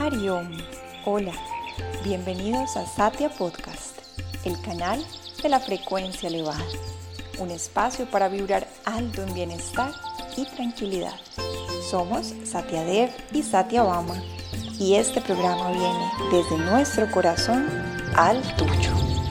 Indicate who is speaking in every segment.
Speaker 1: Hari Om. Hola, bienvenidos a Satya Podcast, el canal de la frecuencia elevada, un espacio para vibrar alto en bienestar y tranquilidad. Somos Satyadev y Satyabama y este programa viene desde nuestro corazón al tuyo.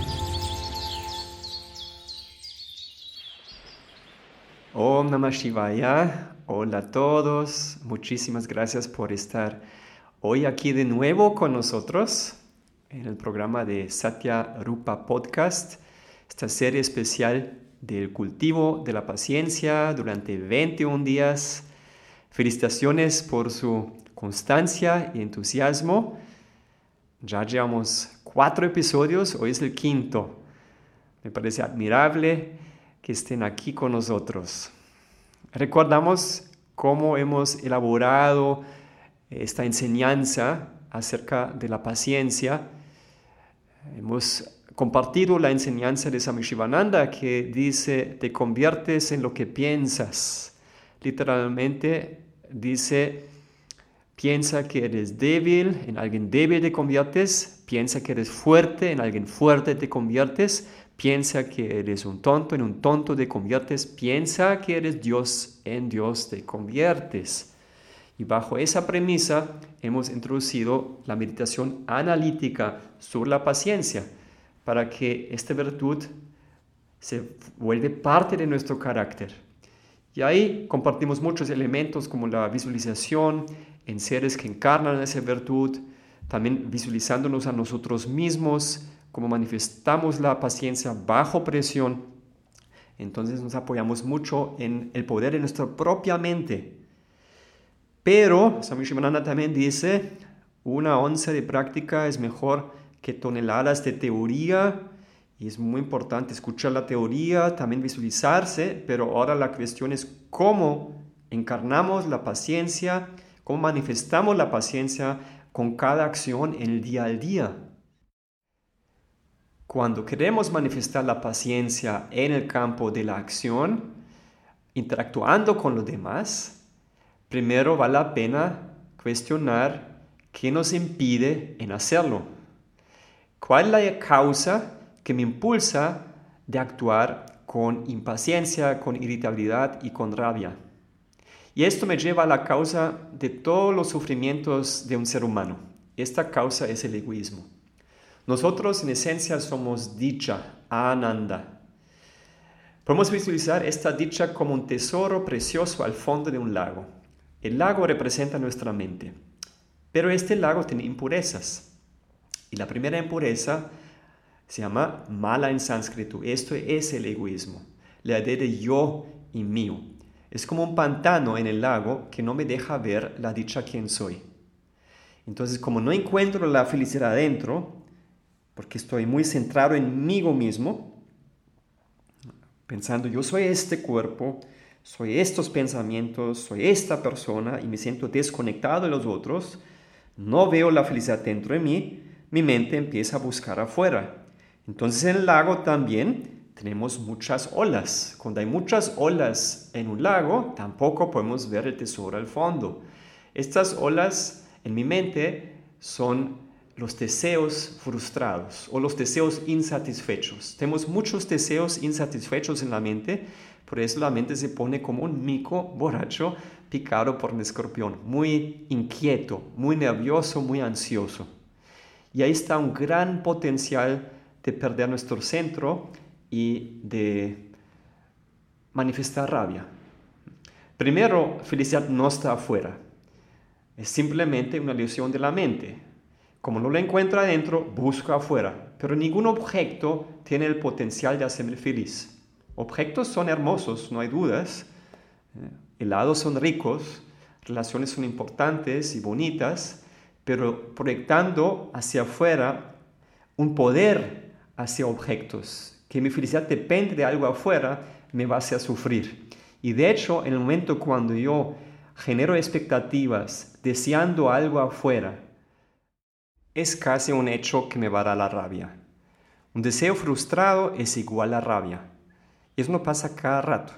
Speaker 2: Om Namah Shivaya. Hola a todos, muchísimas gracias por estar hoy aquí de nuevo con nosotros en el programa de Satya Rupa Podcast, esta serie especial del cultivo de la paciencia durante 21 días. Felicitaciones por su constancia y entusiasmo. Ya llevamos 4 episodios, hoy es el 5º. Me parece admirable que estén aquí con nosotros. Recordamos cómo hemos elaborado esta enseñanza acerca de la paciencia. Hemos compartido la enseñanza de Swami Shivananda que dice, te conviertes en lo que piensas. Literalmente dice, piensa que eres débil, en alguien débil te conviertes. Piensa que eres fuerte, en alguien fuerte te conviertes. Piensa que eres un tonto, en un tonto te conviertes. Piensa que eres Dios, en Dios te conviertes. Y bajo esa premisa hemos introducido la meditación analítica sobre la paciencia para que esta virtud se vuelva parte de nuestro carácter. Y ahí compartimos muchos elementos como la visualización en seres que encarnan esa virtud, también visualizándonos a nosotros mismos, cómo manifestamos la paciencia bajo presión. Entonces nos apoyamos mucho en el poder de nuestra propia mente. Pero Swami Shivananda también dice, una onza de práctica es mejor que toneladas de teoría. Y es muy importante escuchar la teoría, también visualizarse, pero ahora la cuestión es cómo encarnamos la paciencia, cómo manifestamos la paciencia con cada acción en el día al día. Cuando queremos manifestar la paciencia en el campo de la acción, interactuando con los demás, primero vale la pena cuestionar qué nos impide en hacerlo. ¿Cuál es la causa que me impulsa de actuar con impaciencia, con irritabilidad y con rabia? Y esto me lleva a la causa de todos los sufrimientos de un ser humano. Esta causa es el egoísmo. Nosotros en esencia somos dicha, ananda. Podemos visualizar esta dicha como un tesoro precioso al fondo de un lago. El lago representa nuestra mente, pero este lago tiene impurezas. Y la primera impureza se llama mala en sánscrito. Esto es el egoísmo, la idea de yo y mío. Es como un pantano en el lago que no me deja ver la dicha quien soy. Entonces, como no encuentro la felicidad adentro, porque estoy muy centrado en mí mismo, pensando yo soy este cuerpo, soy estos pensamientos, soy esta persona y me siento desconectado de los otros, no veo la felicidad dentro de mí, mi mente empieza a buscar afuera. Entonces en el lago también tenemos muchas olas. Cuando hay muchas olas en un lago, tampoco podemos ver el tesoro al fondo. Estas olas en mi mente son los deseos frustrados o los deseos insatisfechos. Tenemos muchos deseos insatisfechos en la mente, por eso la mente se pone como un mico borracho picado por un escorpión, muy inquieto, muy nervioso, muy ansioso. Y ahí está un gran potencial de perder nuestro centro y de manifestar rabia. Primero, felicidad no está afuera. Es simplemente una ilusión de la mente. Como no la encuentra adentro, busca afuera. Pero ningún objeto tiene el potencial de hacerme feliz. Objetos son hermosos, no hay dudas. Helados son ricos, relaciones son importantes y bonitas, pero proyectando hacia afuera un poder hacia objetos, que mi felicidad depende de algo afuera, me va a hacer sufrir. Y de hecho, en el momento cuando yo genero expectativas deseando algo afuera, es casi un hecho que me va a dar la rabia. Un deseo frustrado es igual a rabia. Y eso no pasa cada rato.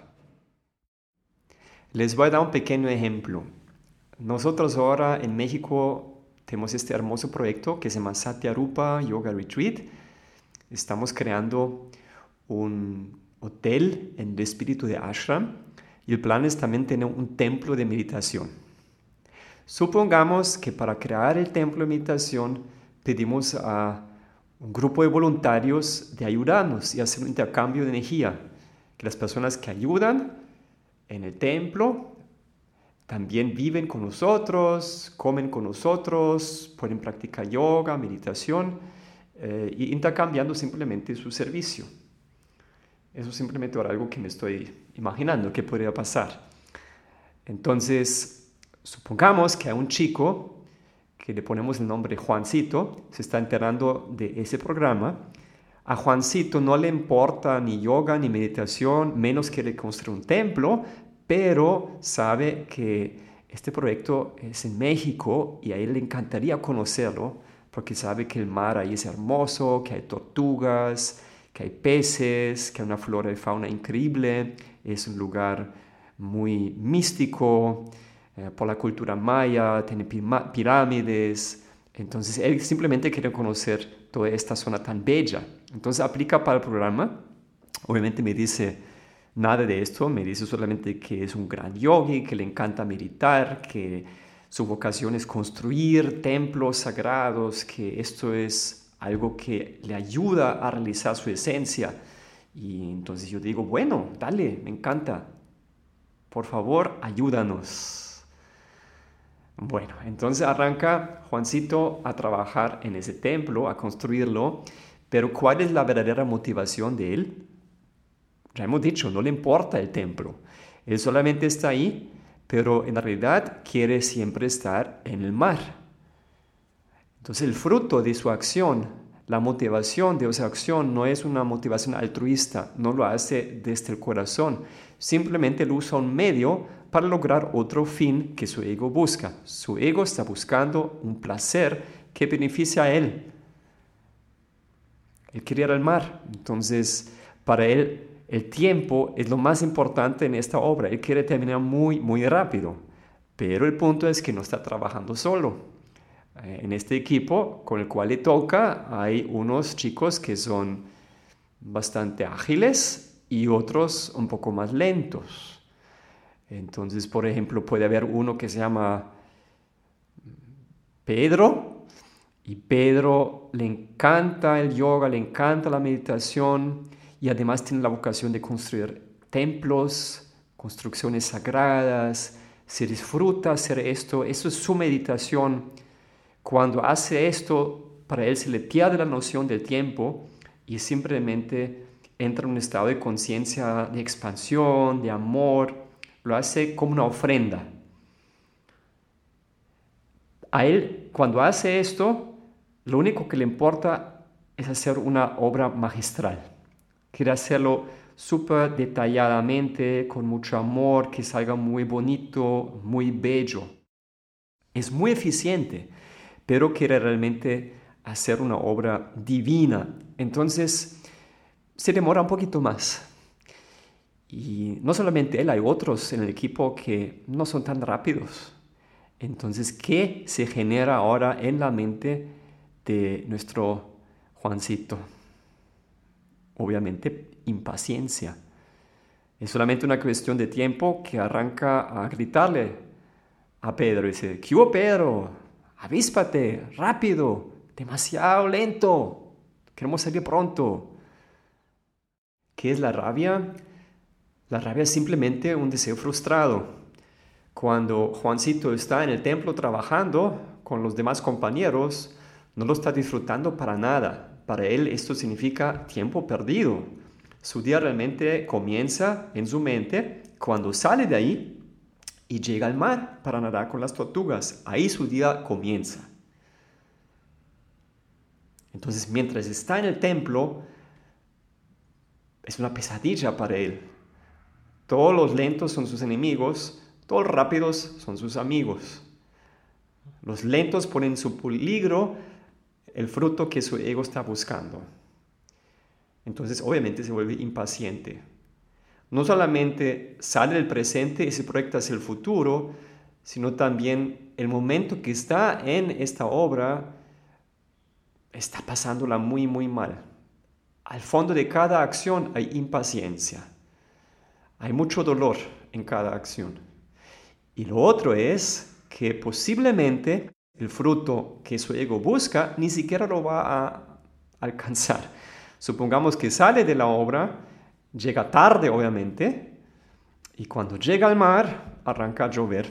Speaker 2: Les voy a dar un pequeño ejemplo. Nosotros ahora en México tenemos este hermoso proyecto que se llama Satyarupa Yoga Retreat. Estamos creando un hotel en el espíritu de ashram y el plan es también tener un templo de meditación. Supongamos que para crear el templo de meditación pedimos a un grupo de voluntarios de ayudarnos y hacer un intercambio de energía, que las personas que ayudan en el templo también viven con nosotros, comen con nosotros, pueden practicar yoga, meditación, y intercambiando simplemente su servicio. Eso es simplemente ahora algo que me estoy imaginando que podría pasar. Entonces, supongamos que hay un chico que le ponemos el nombre Juancito, se está enterando de ese programa. A Juancito no le importa ni yoga ni meditación, menos quiere construir un templo, pero sabe que este proyecto es en México y a él le encantaría conocerlo porque sabe que el mar ahí es hermoso, que hay tortugas, que hay peces, que hay una flora y fauna increíble, es un lugar muy místico, por la cultura maya, tiene pirámides. Entonces él simplemente quiere conocer toda esta zona tan bella. Entonces aplica para el programa. Obviamente me dice nada de esto, me dice solamente que es un gran yogi, que le encanta meditar, que su vocación es construir templos sagrados, que esto es algo que le ayuda a realizar su esencia. Y entonces yo digo, bueno, dale, me encanta. Por favor, ayúdanos. Bueno, entonces arranca Juancito a trabajar en ese templo, a construirlo, pero ¿cuál es la verdadera motivación de él? Ya hemos dicho, no le importa el templo. Él solamente está ahí, pero en realidad quiere siempre estar en el mar. Entonces el fruto de su acción, la motivación de esa acción no es una motivación altruista, no lo hace desde el corazón, simplemente él usa un medio para lograr otro fin que su ego busca. Su ego está buscando un placer que beneficia a él. Él quiere ir al mar, entonces para él el tiempo es lo más importante en esta obra. Él quiere terminar muy, muy rápido, pero el punto es que no está trabajando solo. En este equipo con el cual le toca hay unos chicos que son bastante ágiles y otros un poco más lentos. Entonces, por ejemplo, puede haber uno que se llama Pedro, y Pedro le encanta el yoga, le encanta la meditación y además tiene la vocación de construir templos, construcciones sagradas, se disfruta hacer esto, eso es su meditación. Cuando hace esto, para él se le pierde la noción del tiempo y simplemente entra en un estado de conciencia, de expansión, de amor, lo hace como una ofrenda. A él, cuando hace esto, lo único que le importa es hacer una obra magistral. Quiere hacerlo súper detalladamente, con mucho amor, que salga muy bonito, muy bello. Es muy eficiente, pero quiere realmente hacer una obra divina. Entonces, se demora un poquito más. Y no solamente él, hay otros en el equipo que no son tan rápidos. Entonces, ¿qué se genera ahora en la mente de nuestro Juancito? Obviamente, impaciencia. Es solamente una cuestión de tiempo que arranca a gritarle a Pedro. Dice, ¿qué hubo, Pedro? Avíspate, rápido, demasiado lento. Queremos salir pronto. ¿Qué es la rabia? La rabia es simplemente un deseo frustrado. Cuando Juancito está en el templo trabajando con los demás compañeros, no lo está disfrutando para nada. Para él esto significa tiempo perdido. Su día realmente comienza en su mente cuando sale de ahí y llega al mar para nadar con las tortugas. Ahí su día comienza. Entonces, mientras está en el templo, es una pesadilla para él. Todos los lentos son sus enemigos, todos los rápidos son sus amigos. Los lentos ponen en su peligro el fruto que su ego está buscando. Entonces, obviamente, se vuelve impaciente. No solamente sale del presente y se proyecta hacia el futuro, sino también el momento que está en esta obra está pasándola muy, muy mal. Al fondo de cada acción hay impaciencia. Hay mucho dolor en cada acción. Y lo otro es que posiblemente el fruto que su ego busca ni siquiera lo va a alcanzar. Supongamos que sale de la obra, llega tarde obviamente, y cuando llega al mar arranca a llover.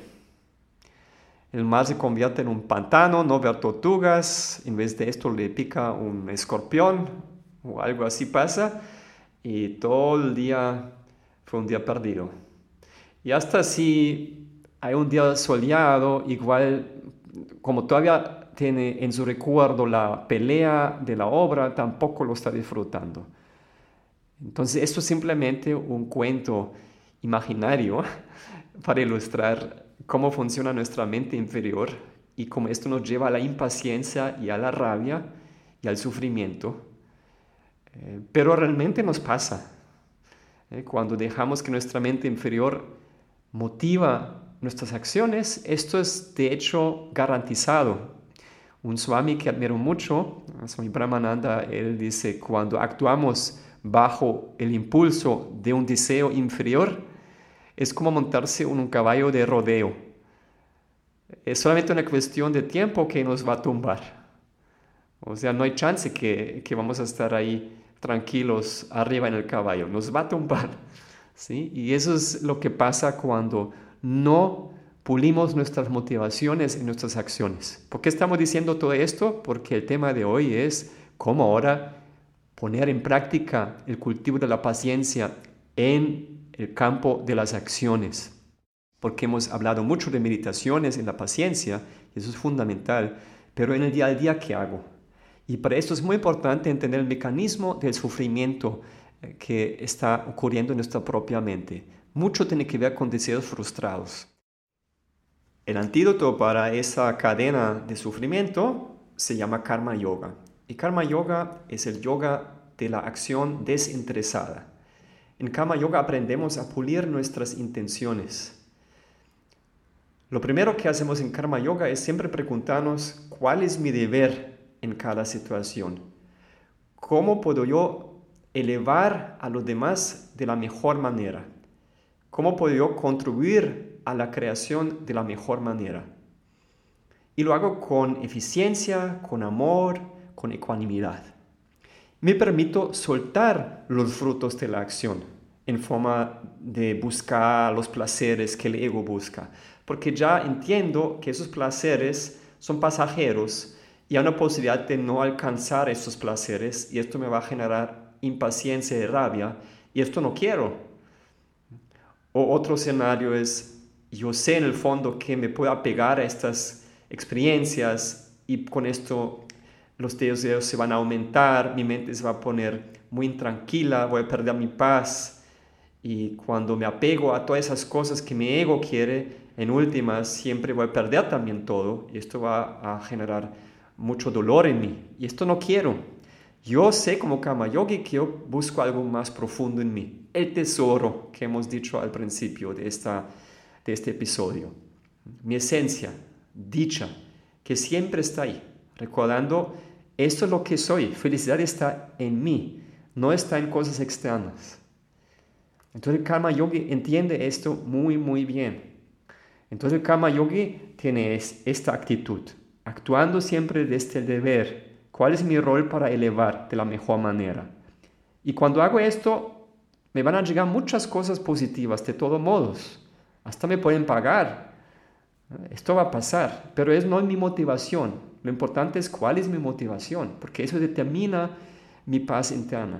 Speaker 2: El mar se convierte en un pantano, no ve tortugas, en vez de esto le pica un escorpión o algo así pasa, y todo el día fue un día perdido. Y hasta si hay un día soleado, igual como todavía tiene en su recuerdo la pelea de la obra, tampoco lo está disfrutando. Entonces esto es simplemente un cuento imaginario para ilustrar cómo funciona nuestra mente inferior y cómo esto nos lleva a la impaciencia y a la rabia y al sufrimiento. Pero realmente nos pasa. Cuando dejamos que nuestra mente inferior motiva nuestras acciones, esto es de hecho garantizado. Un Swami que admiro mucho, Swami Brahmananda, él dice, cuando actuamos bajo el impulso de un deseo inferior, es como montarse en un caballo de rodeo. Es solamente una cuestión de tiempo que nos va a tumbar. O sea, no hay chance que vamos a estar ahí tranquilos arriba en el caballo. Nos va a tumbar. ¿Sí? Y eso es lo que pasa cuando no pulimos nuestras motivaciones y nuestras acciones. ¿Por qué estamos diciendo todo esto? Porque el tema de hoy es cómo ahora poner en práctica el cultivo de la paciencia en el campo de las acciones. Porque hemos hablado mucho de meditaciones en la paciencia, y eso es fundamental, pero en el día a día, ¿qué hago? Y para esto es muy importante entender el mecanismo del sufrimiento que está ocurriendo en nuestra propia mente. Mucho tiene que ver con deseos frustrados. El antídoto para esa cadena de sufrimiento se llama Karma Yoga. Y Karma Yoga es el yoga de la acción desinteresada. En Karma Yoga aprendemos a pulir nuestras intenciones. Lo primero que hacemos en Karma Yoga es siempre preguntarnos cuál es mi deber en cada situación. ¿Cómo puedo yo elevar a los demás de la mejor manera? ¿Cómo puedo yo contribuir a la creación de la mejor manera? Y lo hago con eficiencia, con amor, con ecuanimidad. Me permito soltar los frutos de la acción en forma de buscar los placeres que el ego busca, porque ya entiendo que esos placeres son pasajeros y hay una posibilidad de no alcanzar esos placeres y esto me va a generar impaciencia y rabia y esto no quiero. O otro escenario es, yo sé en el fondo que me puedo apegar a estas experiencias y con esto los deseos se van a aumentar, mi mente se va a poner muy intranquila, voy a perder mi paz. Y cuando me apego a todas esas cosas que mi ego quiere, en últimas siempre voy a perder también todo. Y esto va a generar mucho dolor en mí. Y esto no quiero. Yo sé como Karma Yogi que yo busco algo más profundo en mí. El tesoro que hemos dicho al principio de este episodio. Mi esencia, dicha, que siempre está ahí. Recordando, esto es lo que soy. Felicidad está en mí, no está en cosas externas. Entonces el Karma Yogi entiende esto muy, muy bien. Entonces el Karma Yogi tiene esta actitud, actuando siempre desde el deber. ¿Cuál es mi rol para elevar de la mejor manera? Y cuando hago esto, me van a llegar muchas cosas positivas de todos modos. Hasta me pueden pagar. Esto va a pasar, pero no es mi motivación. Lo importante es cuál es mi motivación, porque eso determina mi paz interna.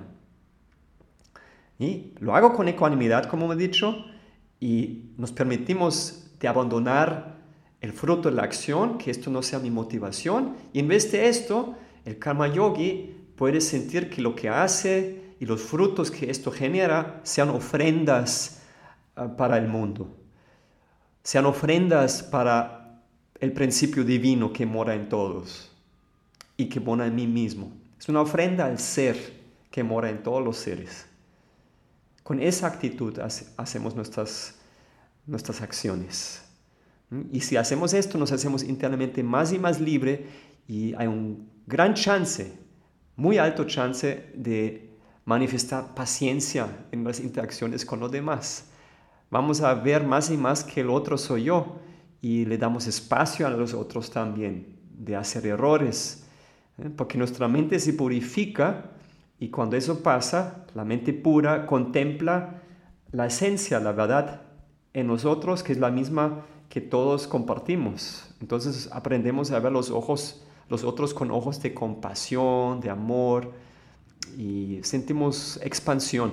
Speaker 2: Y lo hago con ecuanimidad, como he dicho, y nos permitimos de abandonar el fruto de la acción, que esto no sea mi motivación, y en vez de esto, el Karma Yogi puede sentir que lo que hace y los frutos que esto genera sean ofrendas para el mundo, sean ofrendas para el principio divino que mora en todos y que mora en mí mismo. Es una ofrenda al ser que mora en todos los seres. Con esa actitud hacemos nuestras acciones. Y si hacemos esto, nos hacemos internamente más y más libre y hay un gran chance, muy alto chance de manifestar paciencia en las interacciones con los demás. Vamos a ver más y más que el otro soy yo y le damos espacio a los otros también de hacer errores, porque nuestra mente se purifica y cuando eso pasa, la mente pura contempla la esencia, la verdad en nosotros, que es la misma que todos compartimos. Entonces aprendemos a ver los otros con ojos de compasión, de amor, y sentimos expansión.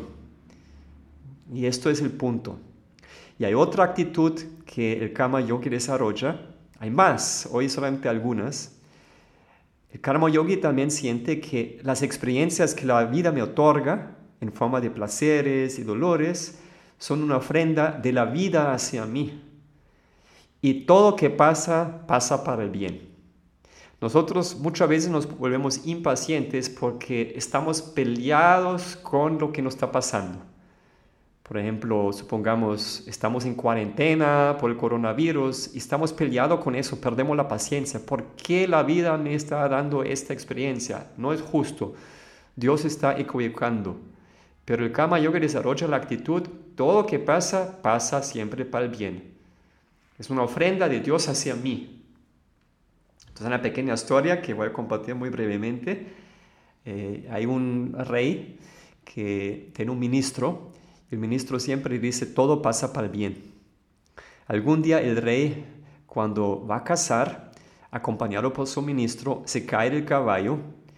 Speaker 2: Y esto es el punto. Y hay otra actitud que el Karma Yogi desarrolla. Hay más, hoy solamente algunas. El Karma Yogi también siente que las experiencias que la vida me otorga, en forma de placeres y dolores, son una ofrenda de la vida hacia mí. Y todo que pasa, pasa para el bien. Nosotros muchas veces nos volvemos impacientes porque estamos peleados con lo que nos está pasando. Por ejemplo, supongamos, estamos en cuarentena por el coronavirus y estamos peleados con eso, perdemos la paciencia. ¿Por qué la vida me está dando esta experiencia? No es justo. Dios está equivocando. Pero el Karma Yoga desarrolla la actitud, todo que pasa, pasa siempre para el bien. Es una ofrenda de Dios hacia mí. Entonces, una pequeña historia que voy a compartir muy brevemente. Hay un rey que tiene un ministro. El ministro siempre dice, todo pasa para el bien. Algún día el rey, cuando va a cazar, acompañado por su ministro, se cae del caballo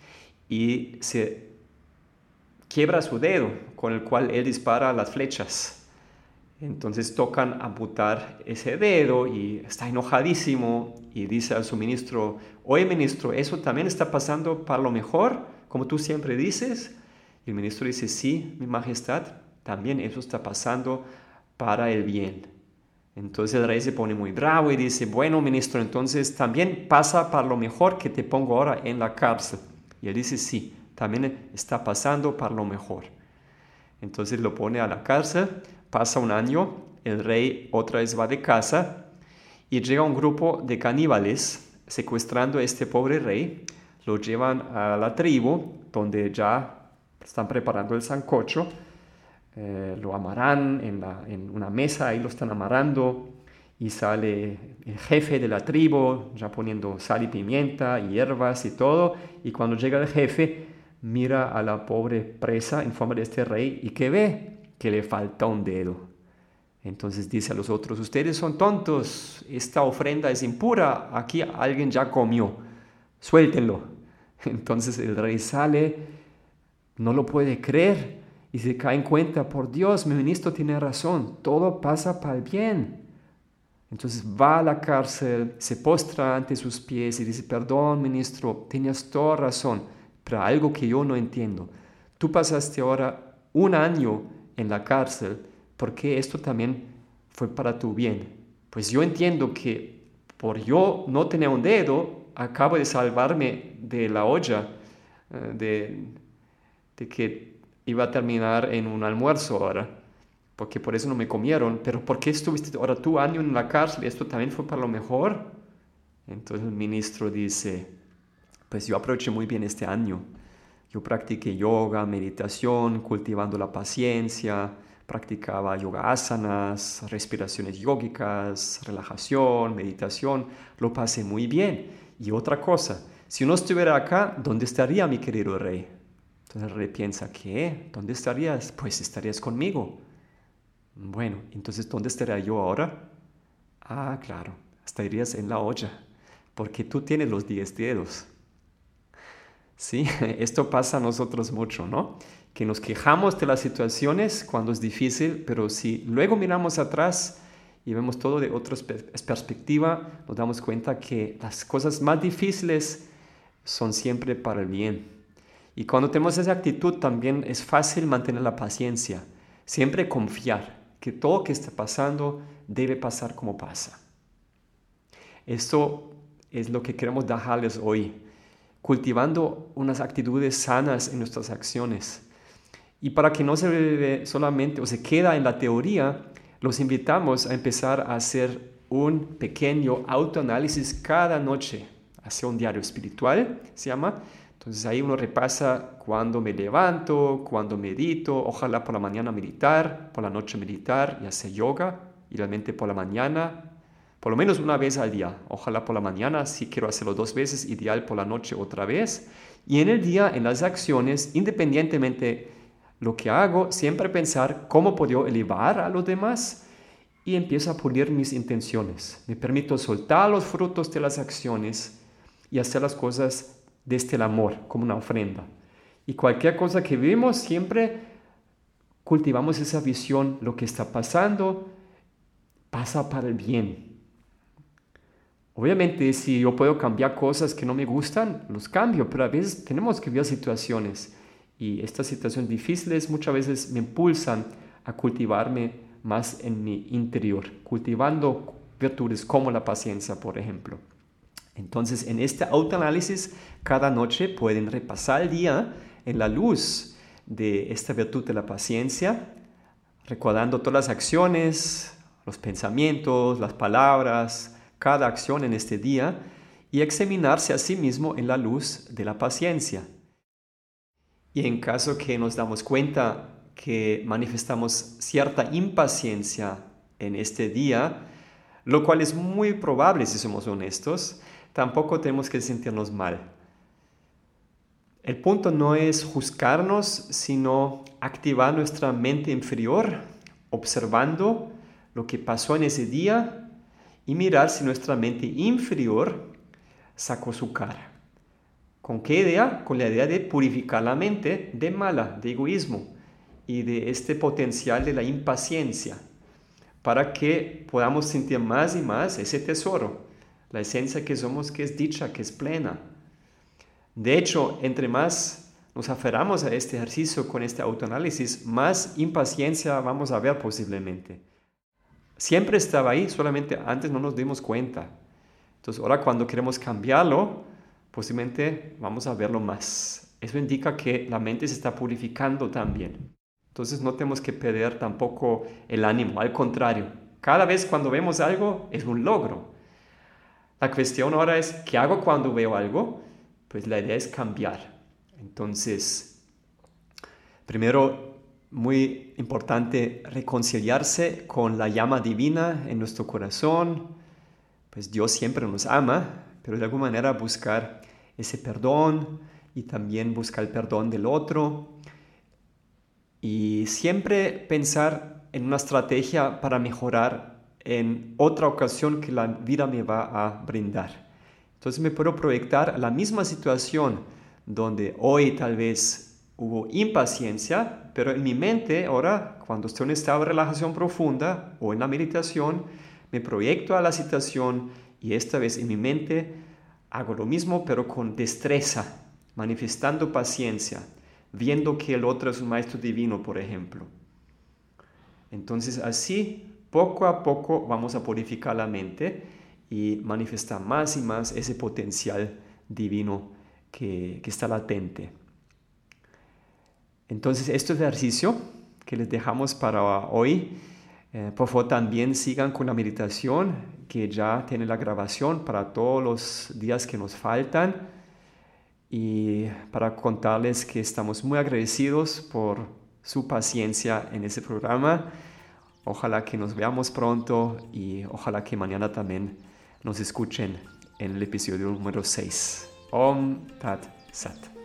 Speaker 2: y se quiebra su dedo, con el cual él dispara las flechas. Entonces tocan amputar ese dedo y está enojadísimo y dice a su ministro, oye ministro, ¿eso también está pasando para lo mejor, como tú siempre dices? Y el ministro dice, sí, mi majestad, también eso está pasando para el bien. Entonces el rey se pone muy bravo y dice, bueno ministro, entonces también pasa para lo mejor que te pongo ahora en la cárcel. Y él dice, sí, también está pasando para lo mejor. Entonces lo pone a la cárcel. Pasa un año, el rey otra vez va de casa y llega un grupo de caníbales secuestrando a este pobre rey. Lo llevan a la tribu donde ya están preparando el sancocho. Lo amarran en una mesa, ahí lo están amarrando y sale el jefe de la tribu ya poniendo sal y pimienta y hierbas y todo. Y cuando llega el jefe, mira a la pobre presa en forma de este rey y ¿qué ve? Que le falta un dedo. Entonces dice a los otros, ustedes son tontos, esta ofrenda es impura, aquí alguien ya comió, suéltenlo. Entonces el rey sale, no lo puede creer y se cae en cuenta, por Dios, mi ministro tiene razón, todo pasa para el bien. Entonces va a la cárcel, se postra ante sus pies y dice, perdón ministro, tenías toda razón, pero algo que yo no entiendo. Tú pasaste ahora un año en la cárcel, porque esto también fue para tu bien. Pues yo entiendo que por yo no tener un dedo, acabo de salvarme de la olla, de que iba a terminar en un almuerzo ahora, porque por eso no me comieron. Pero ¿por qué estuviste ahora tú año en la cárcel? ¿Esto también fue para lo mejor? Entonces el ministro dice, pues yo aproveché muy bien este año. Yo practiqué yoga, meditación, cultivando la paciencia, practicaba yoga asanas, respiraciones yógicas, relajación, meditación. Lo pasé muy bien. Y otra cosa, si no estuviera acá, ¿dónde estaría mi querido rey? Entonces el rey piensa, ¿qué? ¿Dónde estarías? Pues estarías conmigo. Bueno, entonces ¿dónde estaría yo ahora? Ah, claro, estarías en la olla, porque tú tienes los 10 dedos. Sí, esto pasa a nosotros mucho, ¿no? Que nos quejamos de las situaciones cuando es difícil, pero si luego miramos atrás y vemos todo de otra perspectiva, nos damos cuenta que las cosas más difíciles son siempre para el bien. Y cuando tenemos esa actitud también es fácil mantener la paciencia, siempre confiar que todo lo que está pasando debe pasar como pasa. Esto es lo que queremos dejarles hoy, cultivando unas actitudes sanas en nuestras acciones. Y para que no se solamente o se queda en la teoría, los invitamos a empezar a hacer un pequeño autoanálisis cada noche, hacia un diario espiritual, se llama. Entonces ahí uno repasa cuando me levanto, cuando medito, ojalá por la mañana meditar, por la noche meditar y hacer yoga, idealmente por la mañana, por lo menos una vez al día. Ojalá por la mañana, si quiero hacerlo 2 veces, ideal por la noche otra vez. Y en el día, en las acciones, independientemente lo que hago, siempre pensar cómo puedo elevar a los demás y empiezo a pulir mis intenciones. Me permito soltar los frutos de las acciones y hacer las cosas desde el amor, como una ofrenda. Y cualquier cosa que vemos, siempre cultivamos esa visión, lo que está pasando pasa para el bien. Obviamente, si yo puedo cambiar cosas que no me gustan, los cambio, pero a veces tenemos que ver situaciones y estas situaciones difíciles muchas veces me impulsan a cultivarme más en mi interior, cultivando virtudes como la paciencia, por ejemplo. Entonces, en este autoanálisis, cada noche pueden repasar el día en la luz de esta virtud de la paciencia, recordando todas las acciones, los pensamientos, las palabras, cada acción en este día y examinarse a sí mismo en la luz de la paciencia. Y en caso que nos damos cuenta que manifestamos cierta impaciencia en este día, lo cual es muy probable si somos honestos, tampoco tenemos que sentirnos mal. El punto no es juzgarnos, sino activar nuestra mente inferior, observando lo que pasó en ese día y mirar si nuestra mente inferior sacó su cara. ¿Con qué idea? Con la idea de purificar la mente de mala, de egoísmo y de este potencial de la impaciencia, para que podamos sentir más y más ese tesoro, la esencia que somos, que es dicha, que es plena. De hecho, entre más nos aferramos a este ejercicio con este autoanálisis, más impaciencia vamos a ver posiblemente. Siempre estaba ahí, solamente antes no nos dimos cuenta. Entonces ahora cuando queremos cambiarlo, posiblemente vamos a verlo más. Eso indica que la mente se está purificando también. Entonces no tenemos que perder tampoco el ánimo, al contrario. Cada vez cuando vemos algo es un logro. La cuestión ahora es, ¿qué hago cuando veo algo? Pues la idea es cambiar. Entonces, primero, muy importante reconciliarse con la llama divina en nuestro corazón. Pues Dios siempre nos ama, pero de alguna manera buscar ese perdón y también buscar el perdón del otro. Y siempre pensar en una estrategia para mejorar en otra ocasión que la vida me va a brindar. Entonces me puedo proyectar a la misma situación donde hoy tal vez hubo impaciencia, pero en mi mente ahora, cuando estoy en un estado de relajación profunda o en la meditación, me proyecto a la situación y esta vez en mi mente hago lo mismo, pero con destreza, manifestando paciencia, viendo que el otro es un maestro divino, por ejemplo. Entonces así, poco a poco, vamos a purificar la mente y manifestar más y más ese potencial divino que está latente. Entonces, este ejercicio que les dejamos para hoy, por favor también sigan con la meditación, que ya tiene la grabación para todos los días que nos faltan. Y para contarles que estamos muy agradecidos por su paciencia en este programa. Ojalá que nos veamos pronto y ojalá que mañana también nos escuchen en el episodio número 6. Om Tat Sat.